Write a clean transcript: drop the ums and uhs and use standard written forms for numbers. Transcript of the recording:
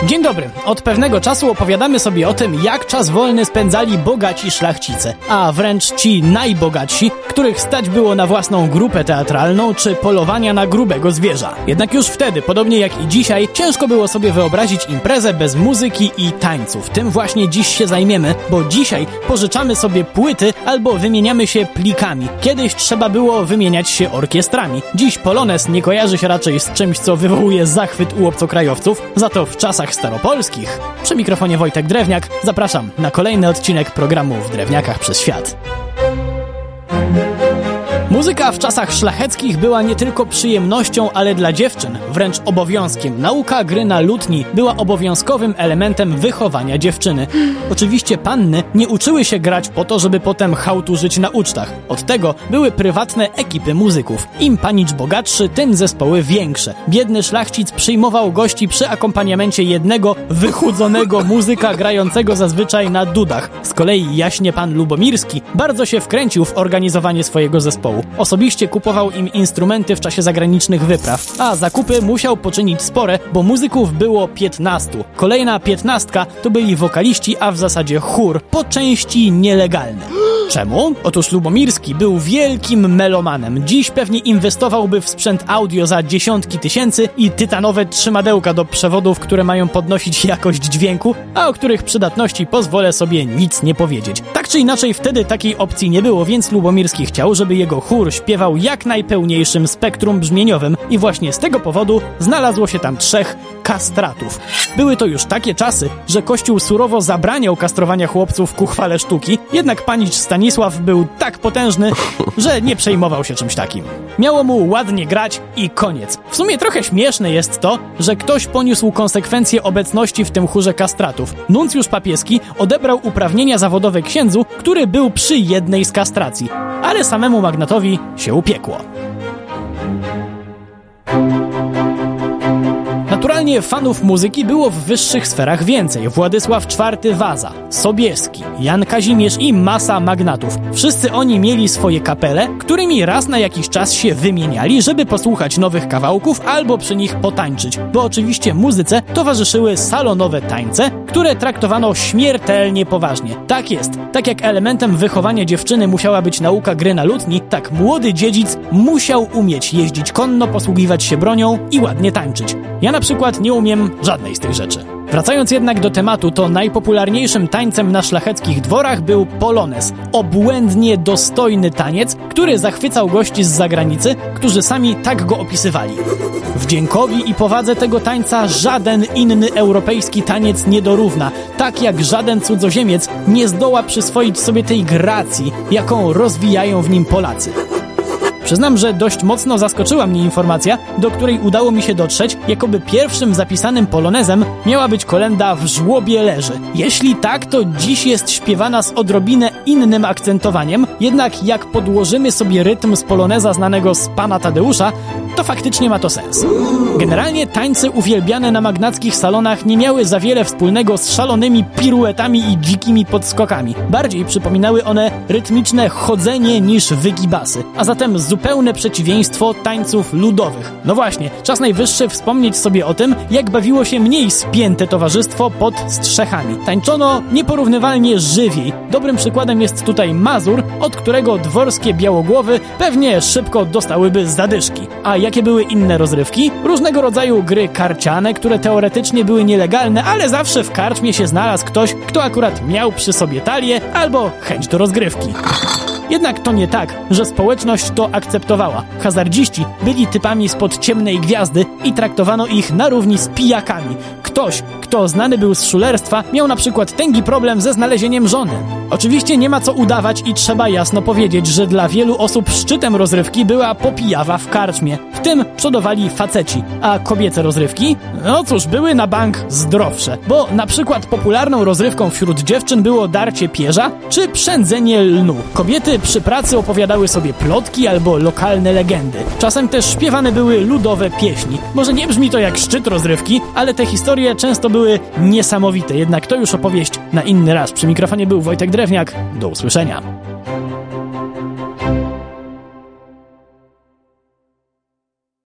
Dzień dobry. Od pewnego czasu opowiadamy sobie o tym, jak czas wolny spędzali bogaci szlachcice, a wręcz ci najbogatsi, których stać było na własną grupę teatralną czy polowania na grubego zwierza. Jednak już wtedy, podobnie jak i dzisiaj, ciężko było sobie wyobrazić imprezę bez muzyki i tańców. Tym właśnie dziś się zajmiemy, bo dzisiaj pożyczamy sobie płyty albo wymieniamy się plikami. Kiedyś trzeba było wymieniać się orkiestrami. Dziś polonez nie kojarzy się raczej z czymś, co wywołuje zachwyt u obcokrajowców, za to w czasach staropolskich. Przy mikrofonie Wojtek Drewniak zapraszam na kolejny odcinek programu W Drewniakach przez świat. Muzyka w czasach szlacheckich była nie tylko przyjemnością, ale dla dziewczyn wręcz obowiązkiem. Nauka gry na lutni była obowiązkowym elementem wychowania dziewczyny. Oczywiście panny nie uczyły się grać po to, żeby potem chałturzyć na ucztach. Od tego były prywatne ekipy muzyków. Im panicz bogatszy, tym zespoły większe. Biedny szlachcic przyjmował gości przy akompaniamencie jednego wychudzonego muzyka grającego zazwyczaj na dudach. Z kolei jaśnie pan Lubomirski bardzo się wkręcił w organizowanie swojego zespołu. Osobiście kupował im instrumenty w czasie zagranicznych wypraw, a zakupy musiał poczynić spore, bo muzyków było 15. Kolejna 15 to byli wokaliści, a w zasadzie chór, po części nielegalny. Czemu? Otóż Lubomirski był wielkim melomanem. Dziś pewnie inwestowałby w sprzęt audio za dziesiątki tysięcy i tytanowe trzymadełka do przewodów, które mają podnosić jakość dźwięku, a o których przydatności pozwolę sobie nic nie powiedzieć. Tak czy inaczej wtedy takiej opcji nie było, więc Lubomirski chciał, żeby jego chór śpiewał jak najpełniejszym spektrum brzmieniowym i właśnie z tego powodu znalazło się tam 3 kastratów. Były to już takie czasy, że Kościół surowo zabraniał kastrowania chłopców ku chwale sztuki, jednak panicz Stanisław był tak potężny, że nie przejmował się czymś takim. Miało mu ładnie grać i koniec. W sumie trochę śmieszne jest to, że ktoś poniósł konsekwencje obecności w tym chórze kastratów. Nuncjusz papieski odebrał uprawnienia zawodowe księdzu, który był przy jednej z kastracji, ale samemu magnatowi się upiekło. Naturalnie fanów muzyki było w wyższych sferach więcej. Władysław IV Waza, Sobieski, Jan Kazimierz i masa magnatów. Wszyscy oni mieli swoje kapele, którymi raz na jakiś czas się wymieniali, żeby posłuchać nowych kawałków albo przy nich potańczyć. Bo oczywiście muzyce towarzyszyły salonowe tańce, które traktowano śmiertelnie poważnie. Tak jest. Tak jak elementem wychowania dziewczyny musiała być nauka gry na lutni, tak młody dziedzic musiał umieć jeździć konno, posługiwać się bronią i ładnie tańczyć. Ja na przykład nie umiem żadnej z tych rzeczy. Wracając jednak do tematu, to najpopularniejszym tańcem na szlacheckich dworach był polonez. Obłędnie dostojny taniec, który zachwycał gości z zagranicy, którzy sami tak go opisywali. Wdziękowi i powadze tego tańca żaden inny europejski taniec nie dorówna, tak jak żaden cudzoziemiec nie zdoła przyswoić sobie tej gracji, jaką rozwijają w nim Polacy. Przyznam, że dość mocno zaskoczyła mnie informacja, do której udało mi się dotrzeć, jakoby pierwszym zapisanym polonezem miała być kolenda W żłobie leży. Jeśli tak, to dziś jest śpiewana z odrobinę innym akcentowaniem, jednak jak podłożymy sobie rytm z poloneza znanego z Pana Tadeusza, to faktycznie ma to sens. Generalnie tańce uwielbiane na magnackich salonach nie miały za wiele wspólnego z szalonymi piruetami i dzikimi podskokami. Bardziej przypominały one rytmiczne chodzenie niż wygibasy, a zatem zupełne przeciwieństwo tańców ludowych. No właśnie, czas najwyższy wspomnieć sobie o tym, jak bawiło się mniej spięte towarzystwo pod strzechami. Tańczono nieporównywalnie żywiej. Dobrym przykładem jest tutaj Mazur, od którego dworskie białogłowy pewnie szybko dostałyby zadyszki. A jakie były inne rozrywki? Różnego rodzaju gry karciane, które teoretycznie były nielegalne, ale zawsze w karczmie się znalazł ktoś, kto akurat miał przy sobie talię albo chęć do rozgrywki. Jednak to nie tak, że społeczność to akceptowała. Hazardziści byli typami spod ciemnej gwiazdy i traktowano ich na równi z pijakami. Ktoś, kto znany był z szulerstwa, miał na przykład tęgi problem ze znalezieniem żony. Oczywiście nie ma co udawać i trzeba jasno powiedzieć, że dla wielu osób szczytem rozrywki była popijawa w karczmie. W tym przodowali faceci, a kobiece rozrywki? No cóż, były na bank zdrowsze, bo na przykład popularną rozrywką wśród dziewczyn było darcie pierza czy przędzenie lnu. Kobiety przy pracy opowiadały sobie plotki albo lokalne legendy. Czasem też śpiewane były ludowe pieśni. Może nie brzmi to jak szczyt rozrywki, ale te historie często były niesamowite. Jednak to już opowieść na inny raz. Przy mikrofonie był Wojtek Drewniak. Do usłyszenia.